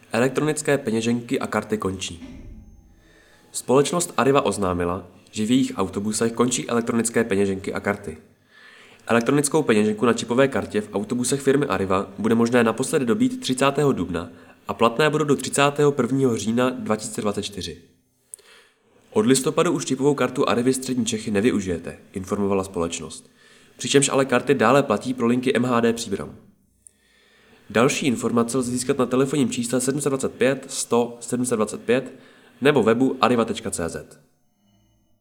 Elektronické peněženky a karty končí. Společnost Arriva oznámila, že v jejich autobusech končí elektronické peněženky a karty. Elektronickou peněženku na čipové kartě v autobusech firmy Arriva bude možné naposledy dobít 30. dubna a platné budou do 31. října 2024. Od listopadu už čipovou kartu Arrivy Střední Čechy nevyužijete, informovala společnost. Přičemž ale karty dále platí pro linky MHD Příbram. Další informace lze získat na telefonním čísle 725 100 725 nebo webu arriva.cz.